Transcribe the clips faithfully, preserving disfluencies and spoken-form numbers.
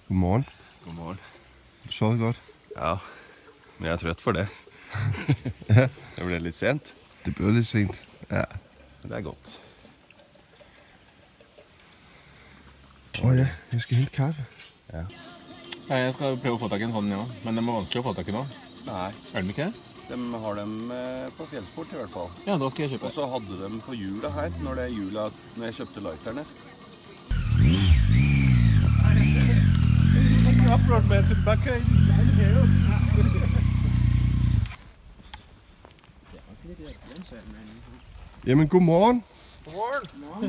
Godmorgen. Godmorgen. Du sovet godt? Ja, men jeg er trøtt for det. Ja. Det ble litt sent. Det blev lidt sent. Ja. Det er godt. Åh oh, ja, jeg skal hente kaffe. Ja. Nei, Jeg skal prøve å få tak i en sånn, ja. Men den var vanskelig å få tak i nå. Nei, Er den ikke? de har dem eh, på Fjellsport i hvert fall. Ja, da skal jeg kjøpe. Og så hadde de på hjula her, når, det hjula, når jeg kjøpte lighterne. Jamen, godmorgen. Godmorgen!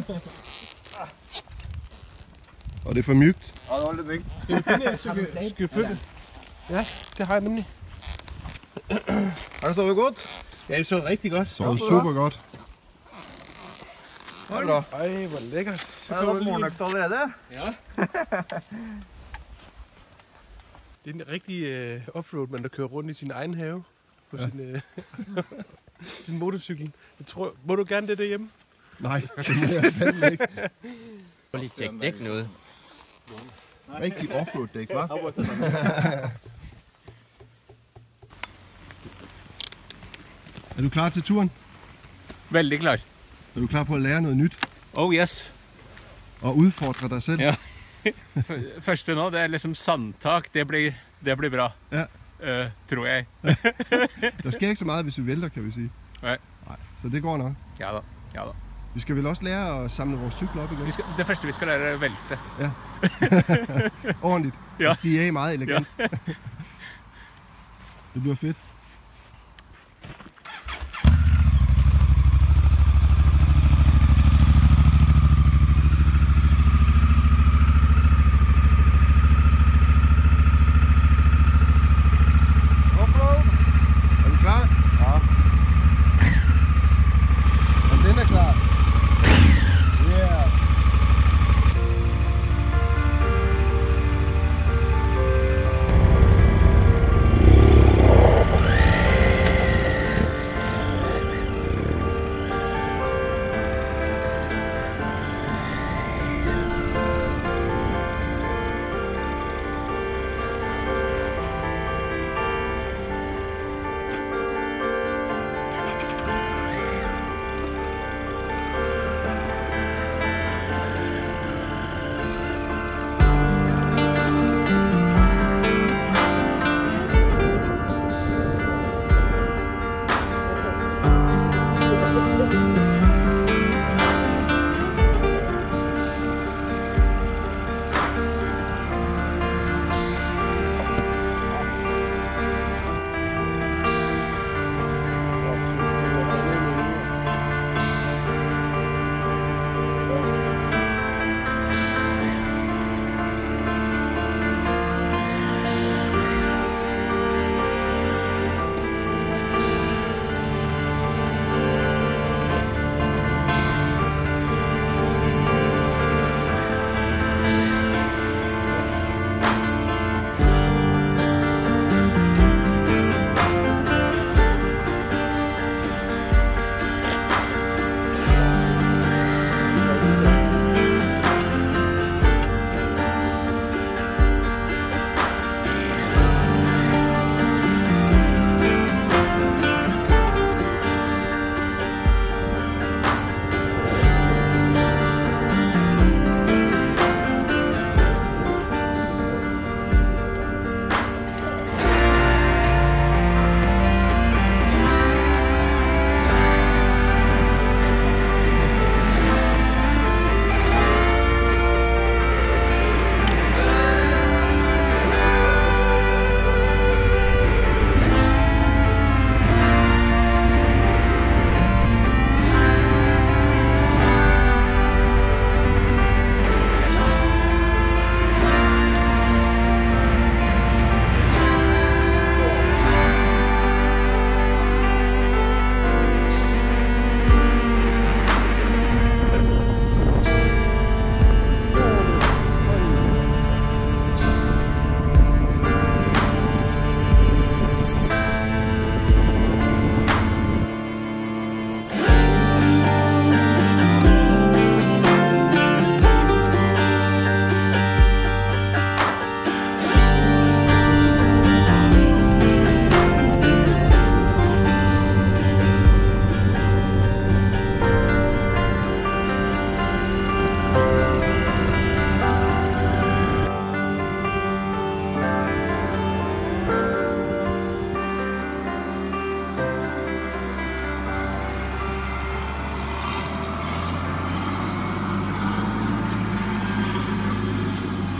Og det er for mygt. Ja, det var litt mykt. Skal vi flytte? Ja, det har jeg nemlig. Har du sovet godt? Ja, det så rigtig godt. Sovet super godt. Det er bra. Ej, hvor lækkert. Så Ja, det var morgenøkt allerede. Ja. Det er en rigtig øh, offroad, man der kører rundt i sin egen have på ja. sin, øh, sin motorcykel. Jeg tror, må du gerne det derhjemme? Nej, det må jeg fandme ikke. Prøv lige at tjekke dækken ud. Rigtig offroad-dæk, hva'? Er du klar til turen? Veldig klart. Er du klar på at lære noget nyt? Oh yes. Og udfordre dig selv? Ja. F- Første nå, det er liksom sandtak. Det blir, det blir bra. Ja. Eh, tror jeg. Der sker ikke så meget, hvis vi vælter, kan vi sige. Nej. Nej. Så det går nok. Ja da. Ja da. Vi skal vel også lære at samle vores cykler op igen? Vi skal, det første vi skal lære er å velte. Ja. Ordentligt. Ja. Og stige af meget elegant. Det bliver fedt. Offroad! Er du klar? Ja. Om den er klar. Yeah.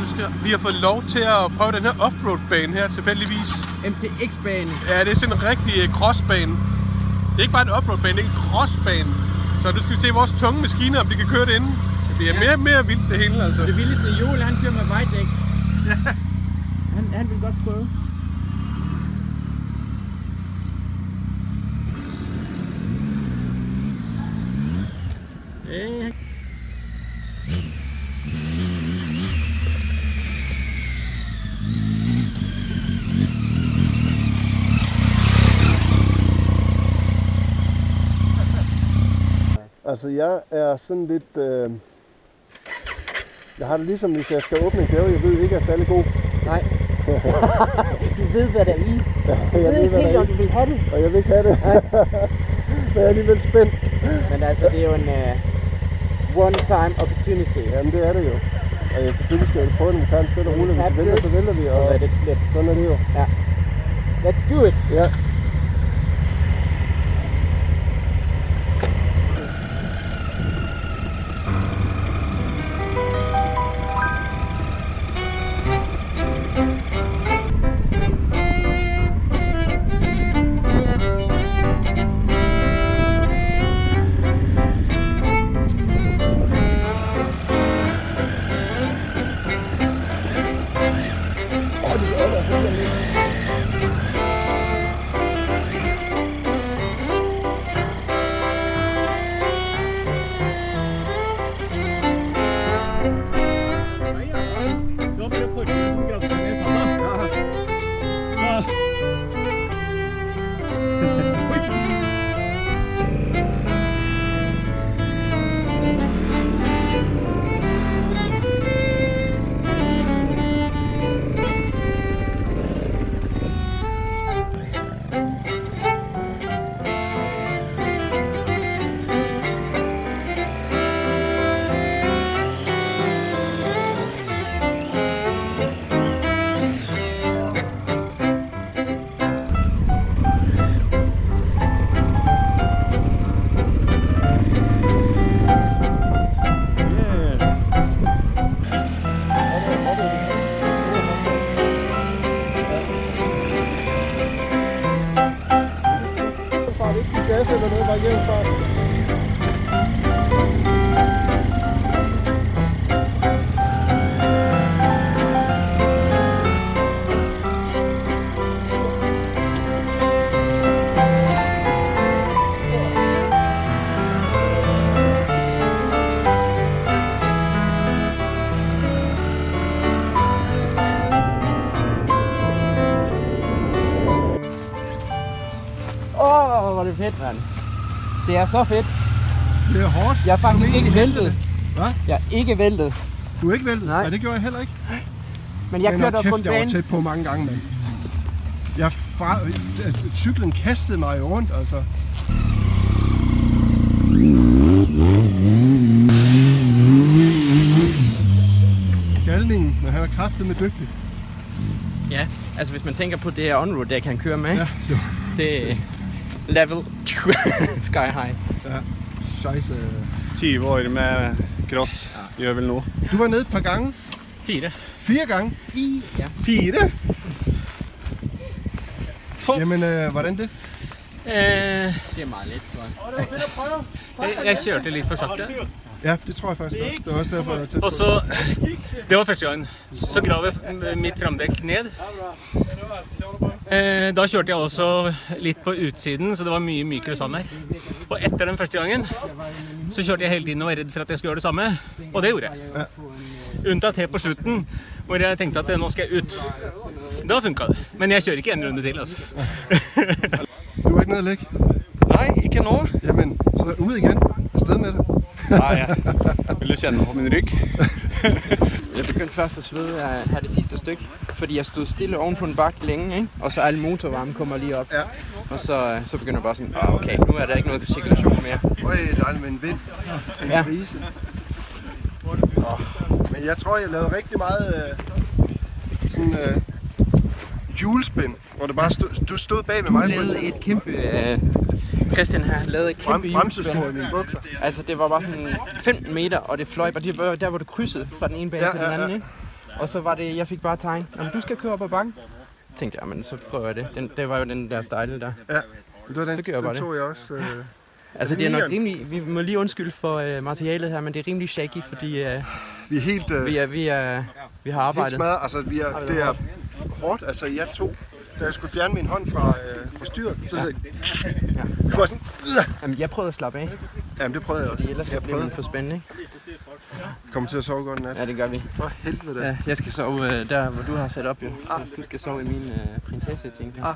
skal, vi har fået lov til at prøve den her offroad-bane her tilfældigvis. M T X-bane. Ja, det er sådan en rigtig crossbane. Det er ikke bare en offroad-bane, det er en crossbane. Så nu skal vi se vores tunge maskiner, om de kan køre det inde. Det bliver ja. mere og mere vildt det hele, altså. Det vildeste Joel, han kører med vejrdæk. Ja. Han, han vil godt prøve. Hey. Altså, jeg er sådan lidt... Øh... Jeg har det ligesom, hvis jeg skal åbne en gave, jeg ved ikke er særlig god. Nej. Du ved, hvad der er i. Ja, jeg ved ikke helt, om du vil have det. Og jeg vil ikke have det. Men jeg er alligevel spændt. Men altså, det er jo en uh, one-time opportunity. Jamen, det er det jo. Og jeg selvfølgelig skal jeg prøve det, vi tager en stille og rulle. Hvis vi vælter, så vælter vi. Og det er slet. Sådan er det jo. Ja. Let's do it. Ja. Gas eller noget, bare hjælp fra. Åh, oh, hvor er det fedt, mand. Det er så fedt. Det er hårdt. Jeg er faktisk ikke væltet. Hvad? Jeg er ikke væltet. Du er ikke væltet? Nej. Nej, det gjorde jeg heller ikke. Men jeg Men kørte også på en kæft, jeg var bane. tæt på mange gange, mand. Jeg far... altså, cyklen kastede mig rundt, altså. Galningen, men han er kraftet med dygtig. Ja, altså hvis man tænker på det her on-road, der kan han køre med, Ja, jo. det er level sky high. Ja, scheisse. tyve år med cross gjør vel nu. Du var nede et par gange. Fire. Fire gange? Fire. Ja. Fire? To. Jamen, øh, hvordan det? Eh, Det er meget let, tror jeg. jeg, jeg kjørte litt for sakte. Ja, det tror jeg faktisk også. Det var også derfor, jeg var tæt på. Og så, det var første gangen, så grav jeg mitt framdekk ned. Eh, da kjørte jeg også litt på utsiden, så det var mye mykere sand her. Og etter den første gangen, så kjørte jeg hele tiden og var redd for at jeg skulle gjøre det samme. Og det gjorde jeg. Unntatt helt på slutten, hvor jeg tenkte at nå skal jeg ut. Da funket det. Men jeg kjører ikke en runde til, altså. Du var ikke nede at lægge? Nei, ikke nå. Jamen, så ud igen. Afsted med det. Nei, jeg vil kjenne på min rygg. Jeg begyndte først at svede af her det sidste stykke, fordi jeg stod stille oven på en bakke længe, ikke? Og så al motorvarmen kommer lige op. Ja. Og så, så begynder jeg bare sådan, ah, okay, nu er der ikke noget cirkulation mere. Øj, dejligt med en vind. En Ja. brise. Oh. Men jeg tror, jeg lavede rigtig meget øh, sådan øh, hjulspind, hvor det bare stod, du stod bag med Du mig. lavede et kæmpe... Øh, Christian har lavet et kæmpe bremsespor i mine bukser. Altså, det var bare sådan femten meter, og det fløj bare der, der hvor du krydsede fra den ene bane Ja, til den ja, anden, ja. ikke? Og så var det, jeg fik bare tegn, om du skal køre op ad bakken. Tænkte jeg, men så prøver jeg det. Den, det var jo den der stejle der. Ja, det var den, Så gør jeg den bare tog jeg også. Øh, Altså det er nok nieren. rimelig, vi må lige undskylde for øh, materialet her, men det er rimelig shaky, fordi øh, vi er helt... Øh, vi, er, vi, er, vi har helt arbejdet. smadret. Altså, vi er, det er hårdt. Altså, jeg tog... Da jeg skulle fjerne min hånd fra, øh, fra styret, så sagde jeg... Ja. Det var sådan... Øh. Jamen, jeg prøvede at slappe af, Jamen, det prøvede jeg også. fordi ellers så Jeg bliver man prøvede. for spændende, ikke? Kommer til at sove godt i nat. Ja, det gør vi. For helvede. Ja, jeg skal sove øh, der, hvor du har sat op, jo. Du skal sove i min øh, prinsesse-ting. Ah.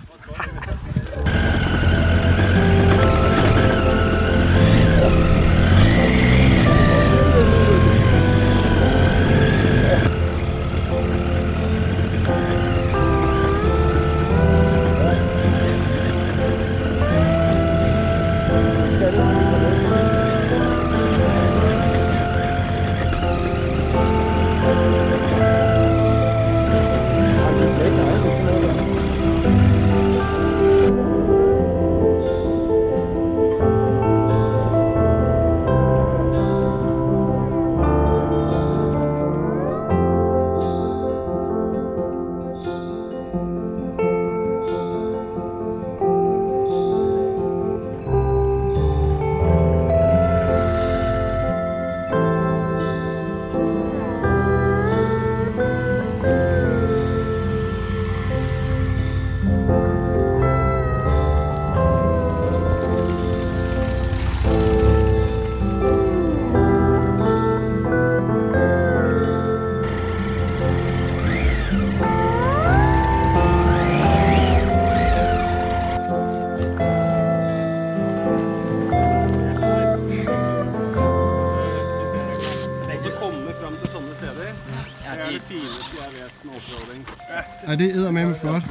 Ja, det æder med mig flot.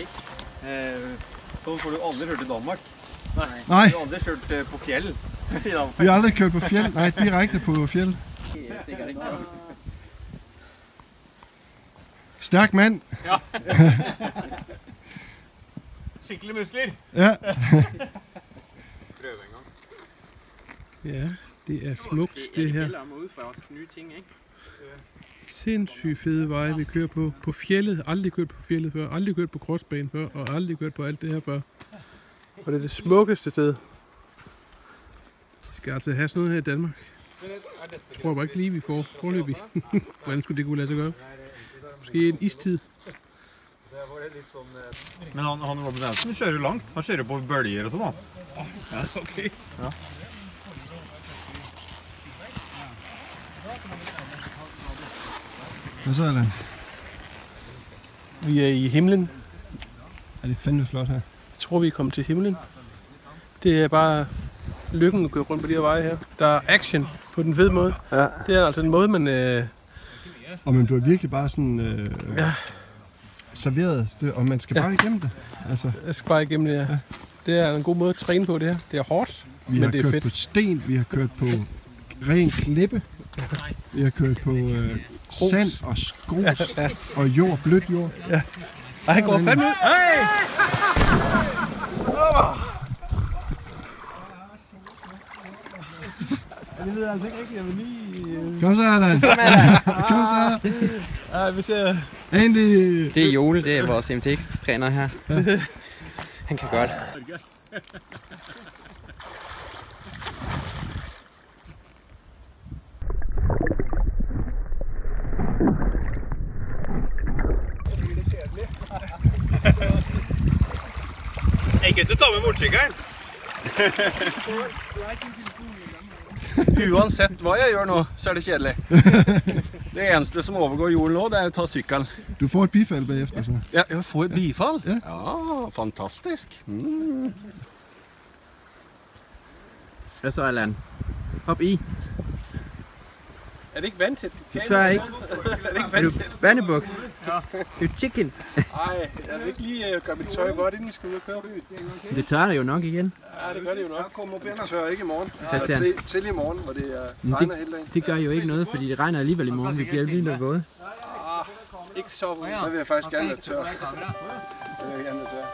Sånn får du aldri hørt i Danmark. Nej, Du har aldri kjørt eh, på fjell i Danmark. vi har aldrig kørt på fjeld. Nej, direkte på fjeld. Stærk mand. Skikkelig muskler. Ja. Ja, det er smukt det her. om at udføre os nye ting, ikke? Sindssygt fede veje, vi kører på. På fjellet. Aldrig kørt på fjellet før. Aldrig kørt på crossbanen før. Og aldrig kørt på alt det her før. Og det er det smukkeste sted. Vi skal altså have sådan noget her i Danmark. Jeg tror bare ikke lige, vi får forløbig. Hvordan skulle det kunne lade sig gøre? Måske en istid. Men han, han Robin Hansen kjører langt. Han kjører på bølger og sånn da. Ja, okay. Ja. Hvad så, Allan? Vi er i himlen. Ja, det er fandme flot her. Jeg tror, vi er kommet til himlen. Det er bare lykken at køre rundt på de her veje her. Der er action på den fede måde. Ja. Det er altså en måde, man... Øh, Og man bliver virkelig bare sådan øh, ja, serveret, det, og man skal bare igennem det. Altså, jeg skal bare igennem det her. Det er en god måde at træne på det her. Det er hårdt, vi men har det er kørt fedt. på sten, vi har kørt på ren klippe, vi har kørt på øh, sand og grus og jord, blødt jord. Ej, han går fandme ud. Hey! Det ved jeg altså ikke rigtigt, jeg vil lige... Kom så, Allan. Kom så. Ej, vi ser... Andy. Det er Jole, det er vores M T X-træner her. Han kan godt. Ikke ta med motorsykkelen. Uansett hva jeg gjør nå, så er det kjedelig. Det eneste som overgår jorden nå, det er å ta sykkelen. Du får et bifald bagefter, så. Ja, jeg får et bifall? Ja. Ja, fantastisk. Mm. Hvad så, Allan? Hop i. Er det ikke vandtæt? Du tør ikke. Er det ikke Er du vandtæt? bandebuks? Du er chicken. Ej, jeg vil ikke lige uh, gøre mit tøj vådt, inden vi skal ud og køre. Det tør det jo nok igen. Ja, det gør det jo nok. Jeg tør ikke i morgen. Christian. Til, til i morgen, hvor det er Men regner hele dagen. Det gør jo ikke noget, fordi det regner alligevel i morgen. Vi bliver lige våde. Ikke så vådt. Så vil jeg faktisk gerne være tør. Så vil jeg gerne være tør.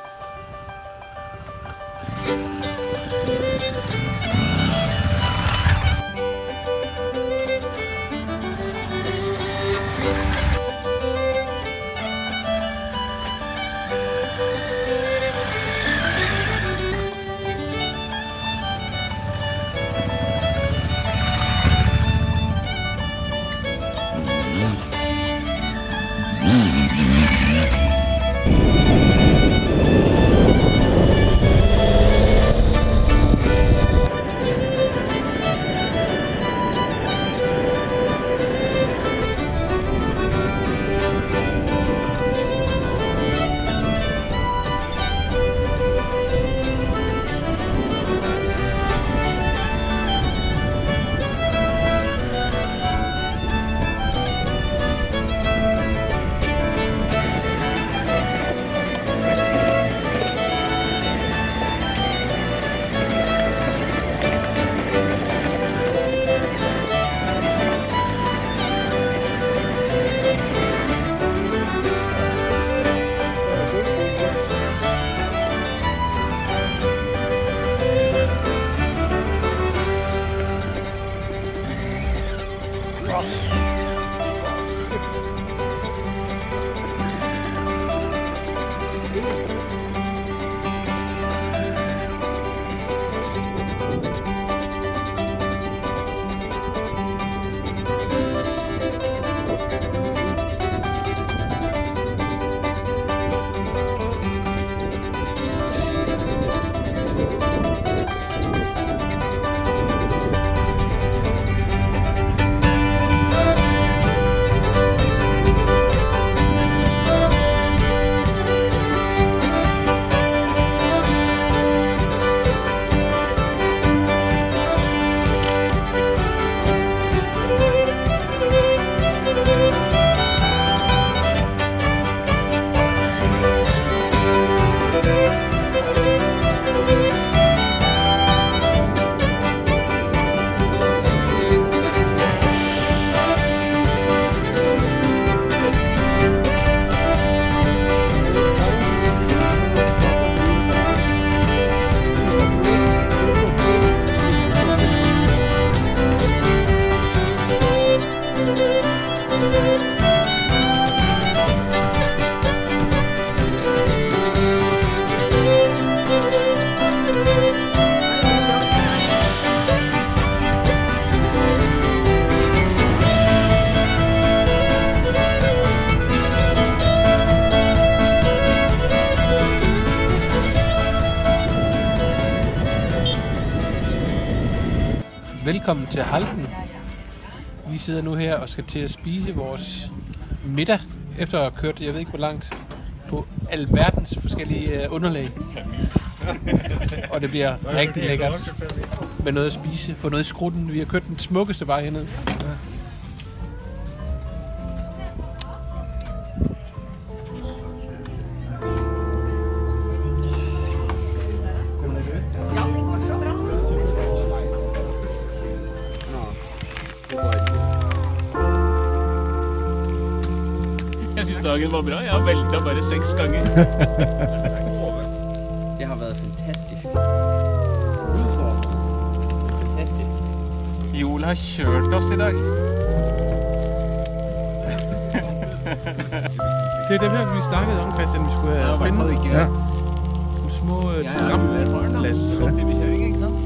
Velkommen til Halden. Vi sidder nu her og skal til at spise vores middag, efter at have kørt, jeg ved ikke hvor langt, på alverdens forskellige underlag. Og det bliver rigtig lækkert med noget at spise, få noget i skrutten. Vi har kørt den smukkeste vej hernede. Jeg synes dagen var bra. Jeg har væltet bare seks ganger. Det har været fantastisk. Udfordrende. Fantastisk. Joel har kørt os i dag. Det er dem her, vi snakkede om, Christian, vi skulle have Ja, finde ikke. Ja. nogle små Jeg er jo erfaren, da. drams. Samtidig kjøring, ikke sant?